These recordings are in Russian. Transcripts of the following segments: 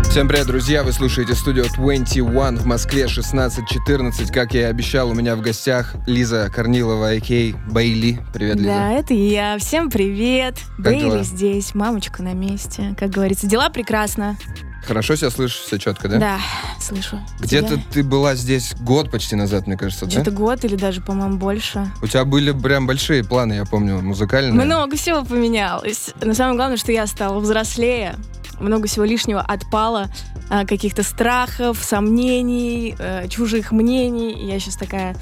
Всем привет, друзья! Вы слушаете студию 21 в Москве, 16:14. Как я и обещал, у меня в гостях Лиза Корнилова, а.к.а. Бейли. Привет, Лиза. Да, это я. Всем привет. Как Бейли дела? здесь, мамочка на месте. Как говорится, дела прекрасно. Хорошо себя слышишь? Все четко, да? Да, слышу. Где-то Тебя? ты была здесь год почти назад, мне кажется, да? Что-то год или даже, по-моему, больше. У тебя были прям большие планы, я помню, музыкальные. Много всего поменялось. Но самое главное, что я стала взрослее. Много всего лишнего отпало. Каких-то страхов, сомнений, чужих мнений. И я сейчас такая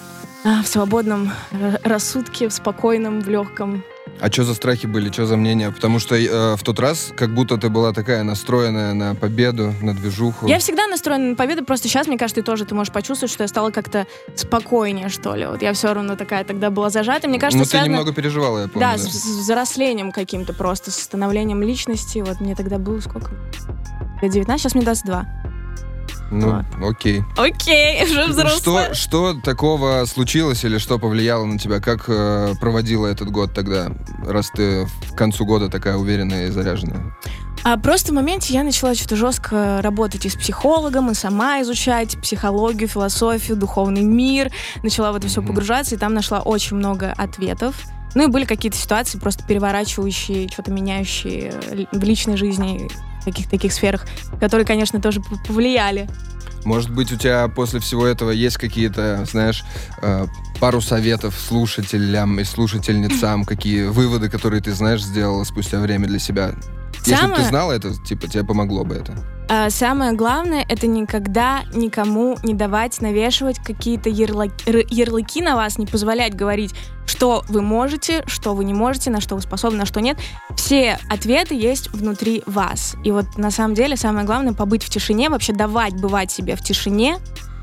в свободном рассудке, в спокойном, в легком. А что за страхи были, что за мнения? Потому что в тот раз как будто ты была такая настроенная на победу, на движуху. Я всегда настроена на победу, просто сейчас, мне кажется, ты можешь почувствовать, что я стала как-то спокойнее, что ли. Вот я все равно такая тогда была зажата. Мне кажется, ты немного переживала, я помню. Да, с взрослением каким-то просто, с становлением личности. Вот мне тогда было сколько? 19, сейчас мне 22. Ну, окей. Окей, уже взрослая. Что такого случилось или что повлияло на тебя? Как проводила этот год тогда, раз ты к концу года такая уверенная и заряженная? Просто в моменте я начала что-то жестко работать и с психологом, и сама изучать психологию, философию, духовный мир. Начала в это все погружаться, и там нашла очень много ответов. Ну и были какие-то ситуации, просто переворачивающие, что-то меняющие в личной жизни, в каких-то таких сферах, которые, конечно, тоже повлияли. Может быть, у тебя после всего этого есть какие-то, знаешь, пару советов слушателям и слушательницам, какие выводы, которые ты, знаешь, сделала спустя время для себя? Если бы ты знала это, типа, тебе помогло бы это. Самое главное — это никогда никому не давать навешивать какие-то ярлыки на вас, не позволять говорить, что вы можете, что вы не можете, на что вы способны, на что нет. Все ответы есть внутри вас. И вот на самом деле самое главное — побыть в тишине, вообще давать бывать себе в тишине,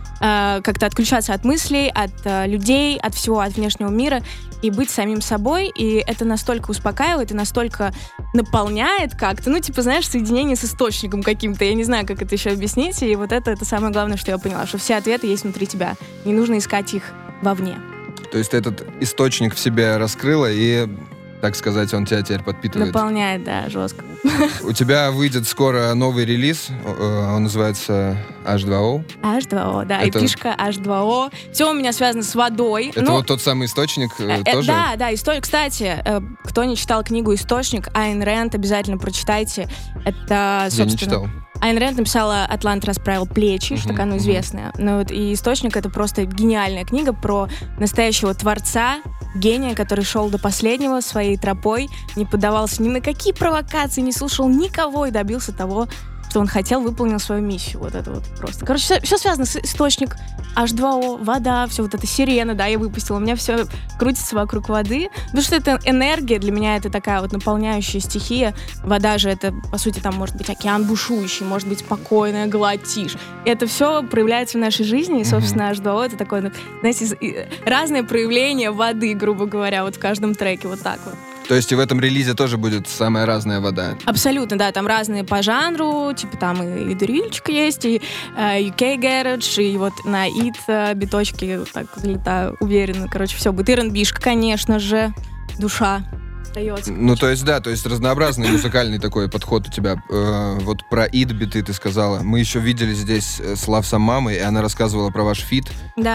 как-то отключаться от мыслей, от людей, от всего, от внешнего мира и быть самим собой. И это настолько успокаивает и настолько наполняет как-то, ну, типа, знаешь, соединение с источником каким-то. Я не знаю, как это еще объяснить. И вот это самое главное, что я поняла, что все ответы есть внутри тебя. Не нужно искать их вовне. То есть ты этот источник в себе раскрыла и, так сказать, он тебя теперь подпитывает. Наполняет, да, жестко. У тебя выйдет скоро новый релиз, он называется H2O. H2O, да, это... эпишка H2O. Все у меня связано с водой. Это вот тот самый источник тоже? Да, источник. Кстати, кто не читал книгу «Источник», Айн Рэнд, обязательно прочитайте. Это, собственно... Я не читал. Айн Рэнд написала «Атлант расправил плечи», что такая, известная. Ну, вот, и «Источник» — это просто гениальная книга про настоящего творца, гения, который шел до последнего своей тропой, не поддавался ни на какие провокации, не слушал никого и добился того, что он хотел, выполнил свою миссию. Вот это вот просто. Короче, все связано с источник, H2O, вода, все вот это сирена, да, я выпустила. У меня все крутится вокруг воды. Потому что это энергия, для меня это такая вот наполняющая стихия. Вода же это, по сути, там может быть океан бушующий, может быть спокойная гладь, тишь. И это все проявляется в нашей жизни, и, собственно, H2O это такое, знаете, разное проявление воды, грубо говоря, вот в каждом треке, вот так вот. То есть и в этом релизе тоже будет самая разная вода? Абсолютно, да, там разные по жанру, типа там и дрильчик есть, и UK Garage, и вот на IT биточки вот так залетаю уверенно, короче, все будет. И R&B-шка, конечно же, душа остается. Ну, то есть, да, то есть разнообразный музыкальный такой подход у тебя. Вот про ит-биты ты сказала. Мы еще видели здесь с Love Some Mama, и она рассказывала про ваш фит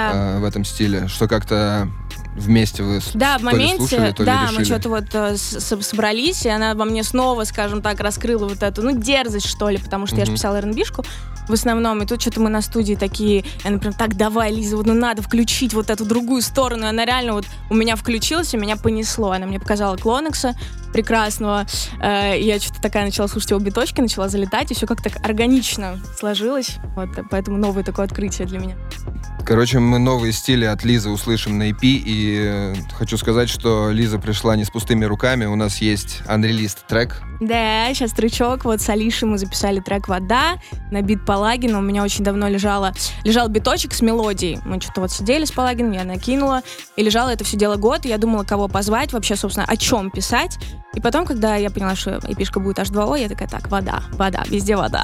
в этом стиле, что как-то вместе вы да, в моменте, слушали, то ли решили. Мы что-то вот собрались, и она во мне снова, скажем так, раскрыла вот эту, дерзость, что ли, потому что я же писала R&B-шку в основном, и тут что-то мы на студии такие, и она прям, так, давай, Лиза, вот надо включить вот эту другую сторону, и она реально вот у меня включилась, и меня понесло, она мне показала Клонекса прекрасного, и я что-то такая начала слушать его биточки, начала залетать, и все как-то органично сложилось, вот, поэтому новое такое открытие для меня. Короче, мы новые стили от Лизы услышим на EP, и хочу сказать, что Лиза пришла не с пустыми руками. У нас есть unreleased трек. Да, сейчас тречок. Вот с Алишей мы записали трек «Вода» на бит Палагина. У меня очень давно лежал биточек с мелодией. Мы что-то вот сидели с Палагиным, я накинула. И лежало это все дело год. И я думала, кого позвать, вообще, собственно, о чем писать. И потом, когда я поняла, что эпишка будет H2O, я такая, так, вода, везде вода.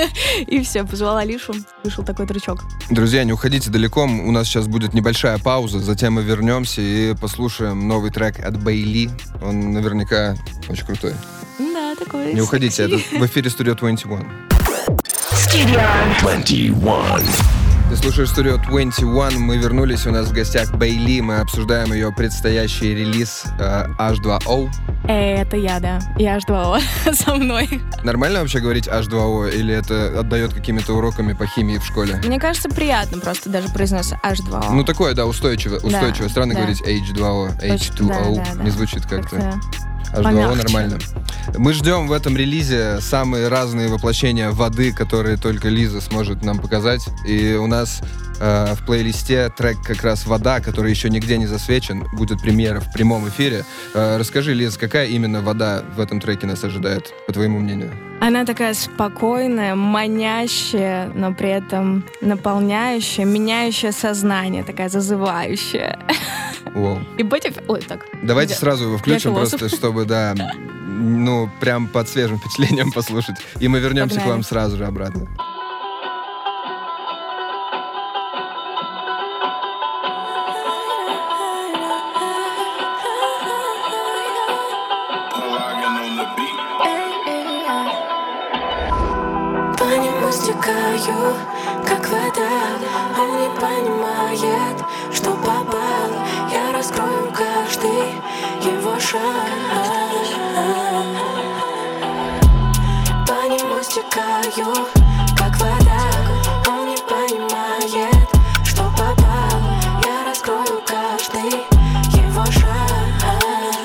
И все, позвала Алишу, вышел такой тречок. Друзья, не уходите далеко, у нас сейчас будет небольшая пауза, затем мы вернемся и послушаем новый трек от Бейли. Он наверняка очень крутой. Да, такой. Не уходите, это в эфире Studio 21. Studio 21. Ты слушаешь Studio 21, мы вернулись, у нас в гостях Бейли, мы обсуждаем ее предстоящий релиз H2O. Это я, да. И H2O со мной. Нормально вообще говорить H2O или это отдает какими-то уроками по химии в школе? Мне кажется, приятно просто даже произносить H2O. Ну такое, да, устойчиво. Странно говорить H2O, H2O, да. Не звучит как-то. H2O помягче. нормально. Мы ждем в этом релизе самые разные воплощения воды, которые только Лиза сможет нам показать. И у нас в плейлисте трек как раз «Вода», который еще нигде не засвечен. Будет премьера в прямом эфире. Расскажи, Лиз, какая именно вода в этом треке нас ожидает, по твоему мнению? Она такая спокойная, манящая, но при этом наполняющая, меняющая сознание, такая зазывающая. Wow. И Бетти... Ой, так. Давайте сразу его включим, философ. просто чтобы, да, ну, прям под свежим впечатлением послушать. И мы вернемся Погнали. к вам сразу же обратно. По нему стекаю, как вода. Он не понимает, что попал. Я раскрою каждый его шаг. По нему стекаю, как вода. Он не понимает, что попал. Я раскрою каждый его шаг.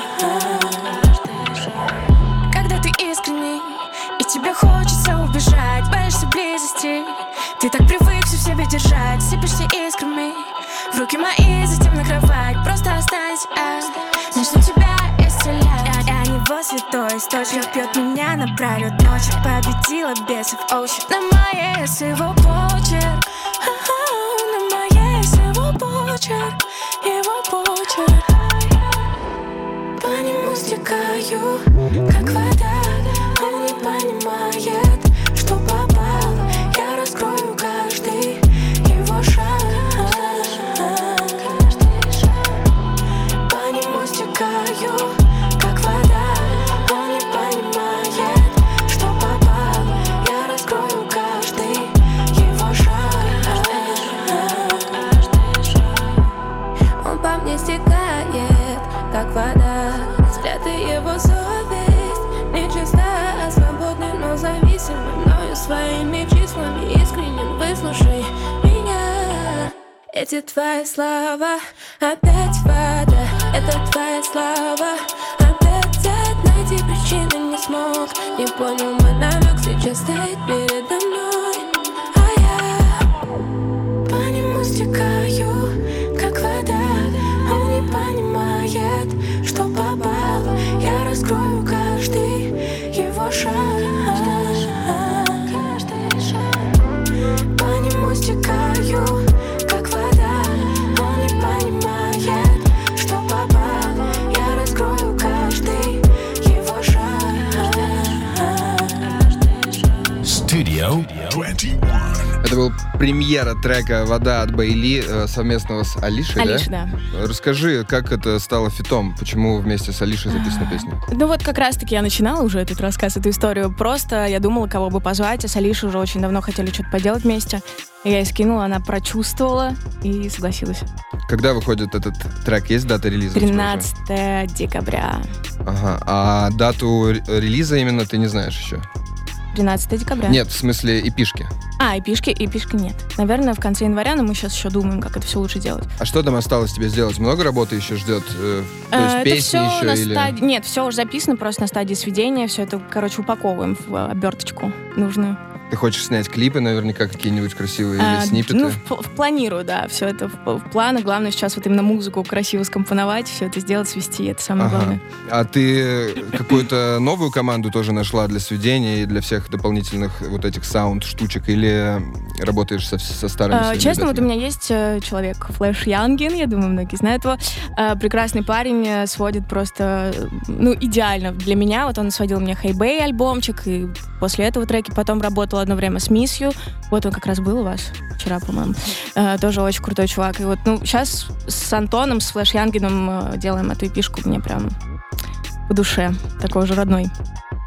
Когда ты искренний и тебе хочется убежать, боишься близости. Ты так привык все в себе держать, сыпешься искрами в руки мои, затем на кровать. Просто останься, начну тебя исцелять. Я не его святой источник, пьет меня напролет ночью. Победила бесов ощупь. На моей есть его почерк. На моей есть его почерк. Его почерк. По нему стекаю, как вода. Он не понимает, что попал. Я раскрою каждый его шаг. По нему стекаю, как вода. Он не понимает, что попал. Я раскрою каждый его шаг. Он по мне стекает, как вода. Взгляд и его совесть нечиста, свободный, но зависимый мною своими числами. Искренен, выслушай меня. Эти твои слова, опять вода. Это твоя слава, опять найти причины не смог. Не понял мой намек, сейчас стоит передо мной. А я по нему стекаю, как вода. Он не понимает, что попал. Я раскрою каждый его шаг. По нему стекаю, как вода. Он не понимает, что попал. Я раскрою каждый его шаг. Studio 21. Это был премьера трека «Вода» от Бейли, совместного с Алишей, Алиша, да? да. Расскажи, как это стало фитом? Почему вместе с Алишей записана песня? Ну вот как раз-таки я начинала уже этот рассказ, эту историю. Просто я думала, кого бы позвать, а с Алишей уже очень давно хотели что-то поделать вместе. И я ей скинула, она прочувствовала и согласилась. Когда выходит этот трек? Есть дата релиза? 13 декабря. Ага. А дату релиза именно ты не знаешь еще? 13 декабря. Нет, в смысле эпишки. Эпишки нет. Наверное, в конце января, но мы сейчас еще думаем, как это все лучше делать. А что там осталось тебе сделать? Много работы еще ждет? То есть песни это все еще или... стадии... Нет, все уже записано, просто на стадии сведения. Все это, упаковываем в оберточку нужную. Ты хочешь снять клипы, наверняка, какие-нибудь красивые или сниппеты? Планирую, да, все это в планах. Главное сейчас вот именно музыку красиво скомпоновать, все это сделать, свести, это самое главное. А ты какую-то новую команду тоже нашла для сведения и для всех дополнительных вот этих саунд-штучек, или работаешь со старыми своими Честно, вот у ребятами? меня есть человек, Флэш Янгин, я думаю, многие знают его. Прекрасный парень, сводит просто, идеально для меня. Вот он сводил мне Hey Bay альбомчик, и после этого треки потом работал одно время с Miss You. Вот он как раз был у вас вчера, по-моему. Тоже очень крутой чувак. И вот, сейчас с Антоном, с Флэш Янгином делаем эту эпишку, мне прям по душе. Такой уже родной.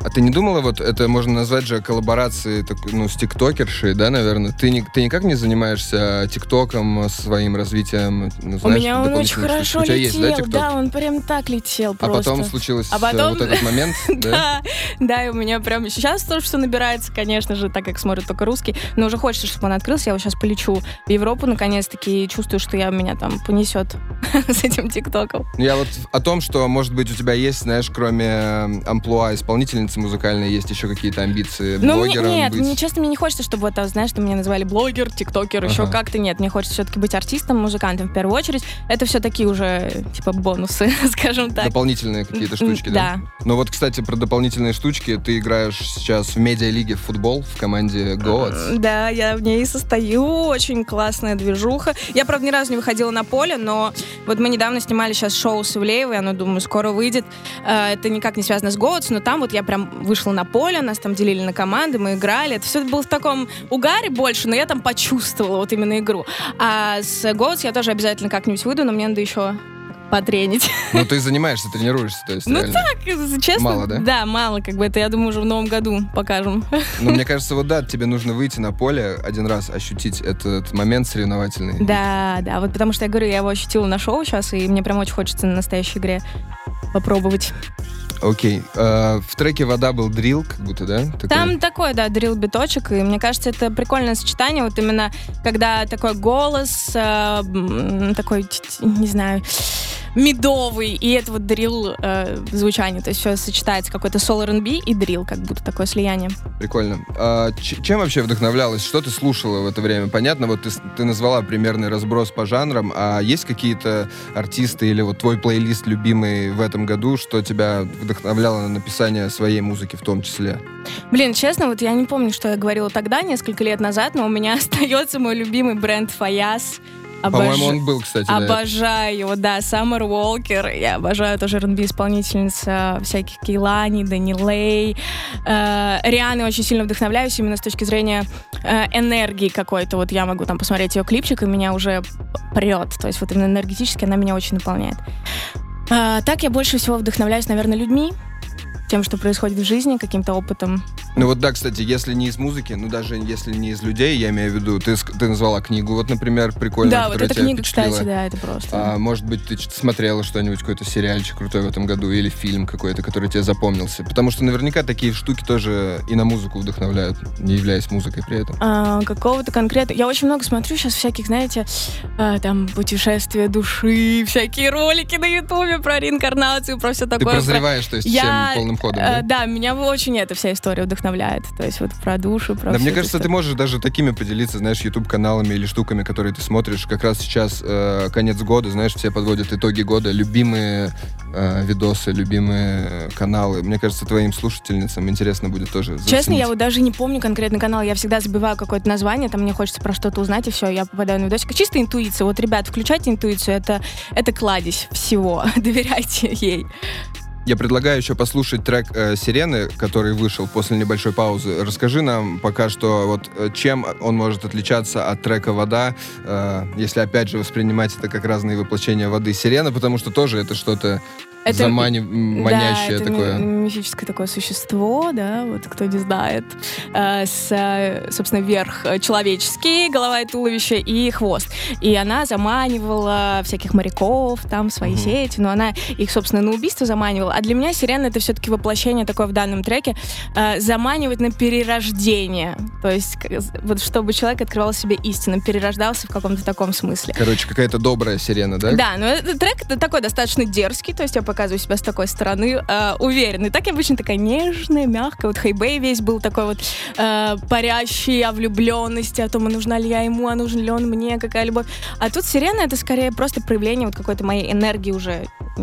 А ты не думала, вот это можно назвать же коллаборацией, с тиктокершей, да, наверное? Ты никак не занимаешься тиктоком, своим развитием? У меня он очень хорошо летел, да, он прям так летел просто. А потом случилось вот этот момент, да? Да, и у меня прям сейчас тоже все набирается, конечно же, так как смотрят только русский, но уже хочется, чтобы он открылся. Я вот сейчас полечу в Европу, наконец-таки, и чувствую, что меня там понесет с этим тиктоком. Я вот о том, что, может быть, у тебя есть, знаешь, кроме амплуа исполнительницы музыкальной, есть еще какие-то амбиции блогером нет, быть? Честно, мне не хочется, чтобы знаешь, что меня называли блогер, тиктокер, еще как-то нет. Мне хочется все-таки быть артистом, музыкантом в первую очередь. Это все такие уже, типа, бонусы, скажем так. Дополнительные какие-то штучки, да? Ну вот, кстати, про дополнительные штучки. Ты играешь сейчас в медиалиге в футбол в команде Goats. Да, я в ней состою. Очень классная движуха. Я, правда, ни разу не выходила на поле, но вот мы недавно снимали сейчас шоу с Ивлеевой, оно, думаю, скоро выйдет. Это никак не связано с Goats, но там вот я прям вышла на поле, нас там делили на команды, мы играли. Это все было в таком угаре больше, но я там почувствовала вот именно игру. А с Goats я тоже обязательно как-нибудь выйду, но мне надо еще потренить. Ну, ты занимаешься, тренируешься, то есть, реально. Так, честно. Мало, да? Да, мало, это, я думаю, уже в новом году покажем. Ну, мне кажется, вот да, тебе нужно выйти на поле один раз, ощутить этот момент соревновательный. Да, вот потому что, я говорю, я его ощутила на шоу сейчас, и мне прям очень хочется на настоящей игре попробовать. Окей. В треке «Вода» был дрилл, как будто, да? Там такой, да, дрилл-биточек, и мне кажется, это прикольное сочетание, вот именно когда такой голос, такой, не знаю, медовый, и это вот дрилл звучание, то есть все сочетается, какой-то сол R&B и дрилл, как будто такое слияние. Прикольно. Чем вообще вдохновлялась? Что ты слушала в это время? Понятно, вот ты назвала примерный разброс по жанрам, а есть какие-то артисты или вот твой плейлист любимый в этом году, что тебя вдохновляло на написание своей музыки в том числе? Блин, честно, вот я не помню, что я говорила тогда, несколько лет назад, но у меня остается мой любимый бренд Фаяс. По-моему, он был, кстати. Обожаю его, да, Саммер Уолкер. Я обожаю тоже R&B исполнительница всяких Кейлани, Дани Лей. Рианы очень сильно вдохновляюсь именно с точки зрения энергии какой-то. Вот я могу там посмотреть ее клипчик, и меня уже прет. То есть вот именно энергетически она меня очень наполняет. Так я больше всего вдохновляюсь, наверное, людьми, тем, что происходит в жизни, каким-то опытом. Ну вот да, кстати, если не из музыки, ну даже если не из людей, я имею в виду, ты назвала книгу, вот, например, прикольную, да, вот эта книга, кстати, да, это просто. Может быть, ты смотрела что-нибудь, какой-то сериальчик крутой в этом году, или фильм какой-то, который тебе запомнился? Потому что наверняка такие штуки тоже и на музыку вдохновляют, не являясь музыкой при этом. Какого-то конкретного... Я очень много смотрю сейчас всяких, знаете, там, путешествия души, всякие ролики на Ютубе про реинкарнацию, про все такое. Ты прозреваешь, то есть, всем полным ходом, да? Да, меня очень эта вся история вдохновляет. То есть вот про душу, про... Да, мне кажется, ты можешь даже такими поделиться, знаешь, YouTube-каналами или штуками, которые ты смотришь. Как раз сейчас конец года, знаешь, все подводят итоги года, любимые видосы, любимые каналы. Мне кажется, твоим слушательницам интересно будет тоже заценить. Честно, я вот даже не помню конкретный канал. Я всегда забиваю какое-то название, там мне хочется про что-то узнать, и все, я попадаю на видосик. Чисто интуиция. Вот, ребят, включайте интуицию, это кладезь всего. Доверяйте ей. Я предлагаю еще послушать трек «Сирены», который вышел после небольшой паузы. Расскажи нам пока что, вот чем он может отличаться от трека «Вода», если, опять же, воспринимать это как разные воплощения воды. «Сирена», потому что тоже это что-то манящее, да, такое. Мифическое такое существо, да, вот кто не знает, собственно, верх человеческий, голова и туловище, и хвост. И она заманивала всяких моряков там в свои сети, но она их, собственно, на убийство заманивала. А для меня «Сирена» — это все-таки воплощение такое в данном треке, заманивать на перерождение. То есть, вот чтобы человек открывал себе истину, перерождался в каком-то таком смысле. Короче, какая-то добрая сирена, да? Да, но этот трек такой достаточно дерзкий, то есть я показываю себя с такой стороны уверенной. Так я обычно такая нежная, мягкая. Вот Хэйбэй весь был такой вот парящий о влюбленности, о том, а нужна ли я ему, а нужен ли он мне, какая любовь. А тут «Сирена» — это скорее просто проявление вот какой-то моей энергии уже,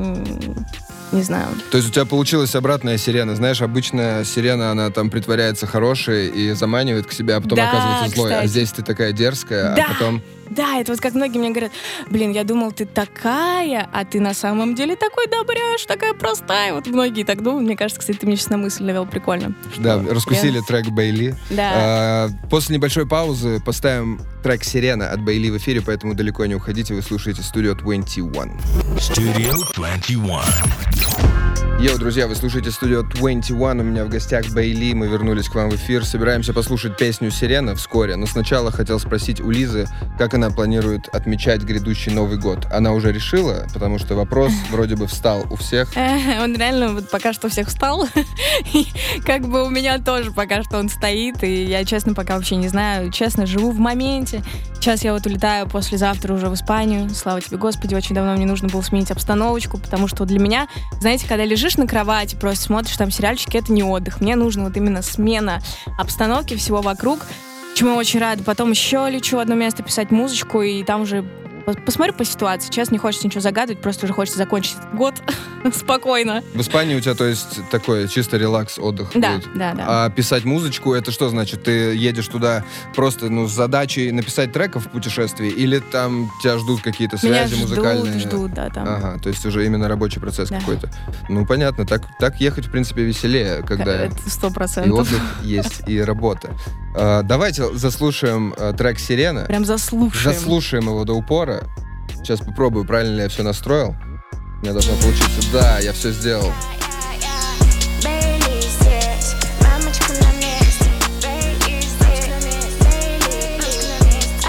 не знаю. То есть у тебя получилась обратная сирена. Знаешь, обычная сирена, она там притворяется хорошей и заманивает к себе, а потом оказывается злой. Кстати. А здесь ты такая дерзкая, да. А потом... Да, это вот как многие мне говорят, блин, я думал, ты такая, а ты на самом деле такой добряш, такая простая. Вот многие так думают. Мне кажется, кстати, ты мне сейчас на мысль навел, прикольно. Да, раскусили трек Бейли. Да. После небольшой паузы поставим трек «Сирена» от Бейли в эфире, поэтому далеко не уходите, вы слушаете Studio 21. Studio 21. Йоу, друзья, вы слушаете Studio 21, у меня в гостях Бейли, мы вернулись к вам в эфир, собираемся послушать песню «Сирена» вскоре, но сначала хотел спросить у Лизы, как она планирует отмечать грядущий Новый год. Она уже решила, потому что вопрос вроде бы встал у всех. Он реально вот пока что у всех встал, и как бы у меня тоже пока что он стоит, и я, честно, пока вообще не знаю, честно, живу в моменте. Сейчас я вот улетаю послезавтра уже в Испанию, слава тебе, Господи, очень давно мне нужно было сменить обстановочку, потому что для меня, знаете, когда лежишь на кровати, просто смотришь там сериальчики, это не отдых. Мне нужно вот именно смена обстановки, всего вокруг, чему я очень рада. Потом еще лечу в одно место писать музычку, и там уже посмотрю по ситуации. Сейчас не хочется ничего загадывать, просто уже хочется закончить этот год спокойно. В Испании у тебя, то есть, такой чисто релакс, отдых будет? Да. А писать музычку, это что значит? Ты едешь туда просто, с задачей написать треков в путешествии, или там тебя ждут какие-то связи музыкальные? Меня ждут, да, там. Ага, то есть уже именно рабочий процесс Да. какой-то. Ну, понятно, так ехать, в принципе, веселее, когда Это 100%. и отдых есть, и работа. Давайте заслушаем трек «Сирена». Прям заслушаем. Заслушаем его до упора. Сейчас попробую, правильно ли я все настроил. У меня должно получиться. Да, я все сделал. Бейли здесь, мамочка на месте. Бейли здесь, Бейли на месте.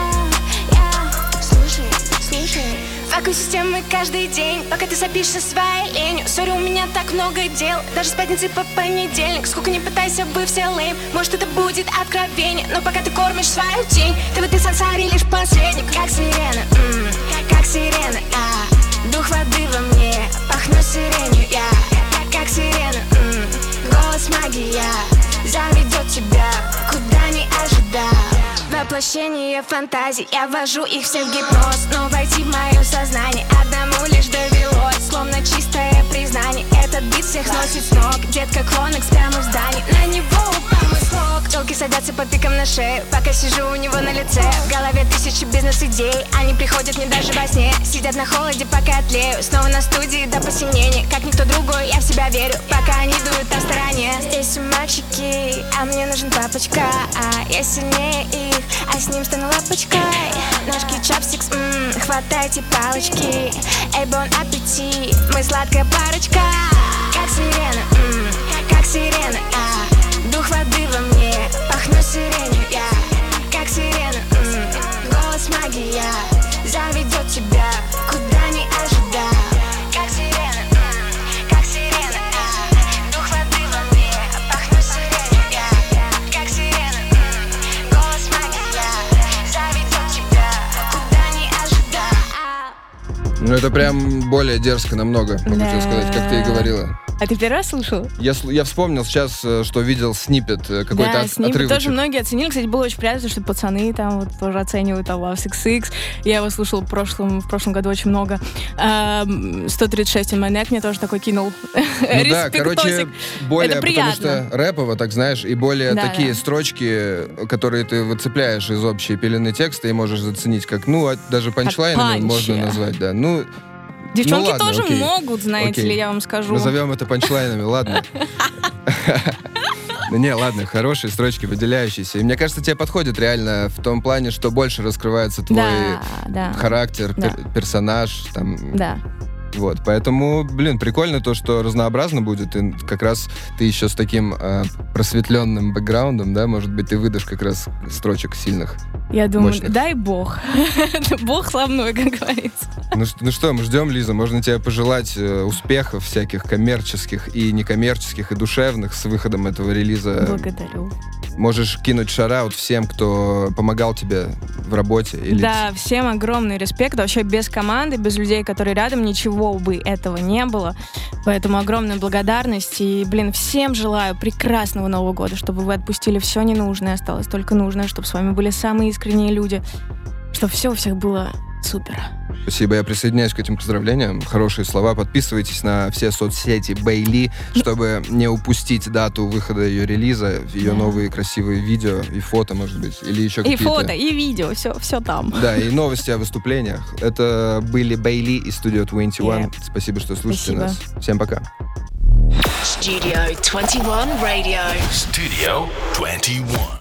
Слушай. Факую системы каждый день, пока ты сопишься своей ленью. Сори, у меня так много дел, даже с пятницы по понедельник. Сколько не пытайся, вы все лейм. Может, это будет откровение, но пока ты кормишь свою тень, ты в этой сансаре лишь посредник. Как сирена, как сирена, дух воды во мне, пахну сиренью, я. Как сирена, голос магия заведет тебя, куда не ожидал. Воплощение фантазий, я ввожу их все в гипноз. Но войти в мое сознание одному лишь довелось. Словно чистое признание, этот бит всех сносит с ног. Детка Клонекс прямо в здании, на него упал мой слог. Телки садятся под пиком на шею, пока сижу у него на лице. В голове тысячи бизнес-идей, они приходят мне даже во сне. Сидят на холоде, пока тлею, снова на студии до посинения. Как никто другой, я в себя верю, пока они дуют там в стороне. Здесь все мальчики, а мне нужен папочка. Я сильнее их, а с ним стану лапочкой. Ножки чопстикс, хватайте палочки. Эй, бон аппетит, мы сладкая парочка. Как сирена, дух воды во мне, пахну сиренью, я. Как сирена, голос магия заведет тебя, куда не ожидал. Как сирена, дух воды во мне, пахну сиренью, я. Как сирена, голос магия заведет тебя, куда не ожидал. Ну, это прям более дерзко намного, могу тебе сказать, как ты и говорила. А ты первый раз слушал? Я вспомнил сейчас, что видел сниппет, какой-то Да, сниппет отрывочек. тоже многие оценили. Кстати, было очень приятно, что пацаны там вот тоже оценивают Love XX. Я его слушала в прошлом году очень много. 136 in my neck мне тоже такой кинул. Ну да, короче, более, Это потому приятно. что рэпово, так знаешь, и более Да, такие да. строчки, которые ты выцепляешь из общей пелены текста и можешь заценить, как, даже панчлайнами панчи. можно назвать, да. Девчонки ладно, тоже окей. могут, знаете Окей. ли, я вам скажу. Назовем это панчлайнами, ладно. Не, ладно, хорошие строчки, выделяющиеся. И мне кажется, тебе подходит реально в том плане, что больше раскрывается твой Да. характер, Да. персонаж, там. Да. Вот, поэтому, прикольно то, что разнообразно будет, и как раз ты еще с таким просветленным бэкграундом, да, может быть, ты выдашь как раз строчек сильных. Я думаю, Мощных. дай бог. Бог со мной, как говорится. Ну что, мы ждем, Лиза, можно тебе пожелать успехов всяких коммерческих и некоммерческих, и душевных с выходом этого релиза. Благодарю. Можешь кинуть шараут всем, кто помогал тебе в работе. Или... Да, всем огромный респект. Вообще без команды, без людей, которые рядом, ничего бы этого не было. Поэтому огромная благодарность. И, всем желаю прекрасного Нового года, чтобы вы отпустили все ненужное, осталось только нужное, чтобы с вами были самые искренние люди, чтобы все у всех было супер. Спасибо, я присоединяюсь к этим поздравлениям. Хорошие слова. Подписывайтесь на все соцсети Бейли, чтобы не упустить дату выхода ее релиза, ее новые красивые видео и фото, может быть, или еще И какие-то. фото, и видео, все там. Да, и новости о выступлениях. Это были Бейли из Studio 21. Спасибо, что слушаете нас. Всем пока. Studio 21 Radio. Studio 21.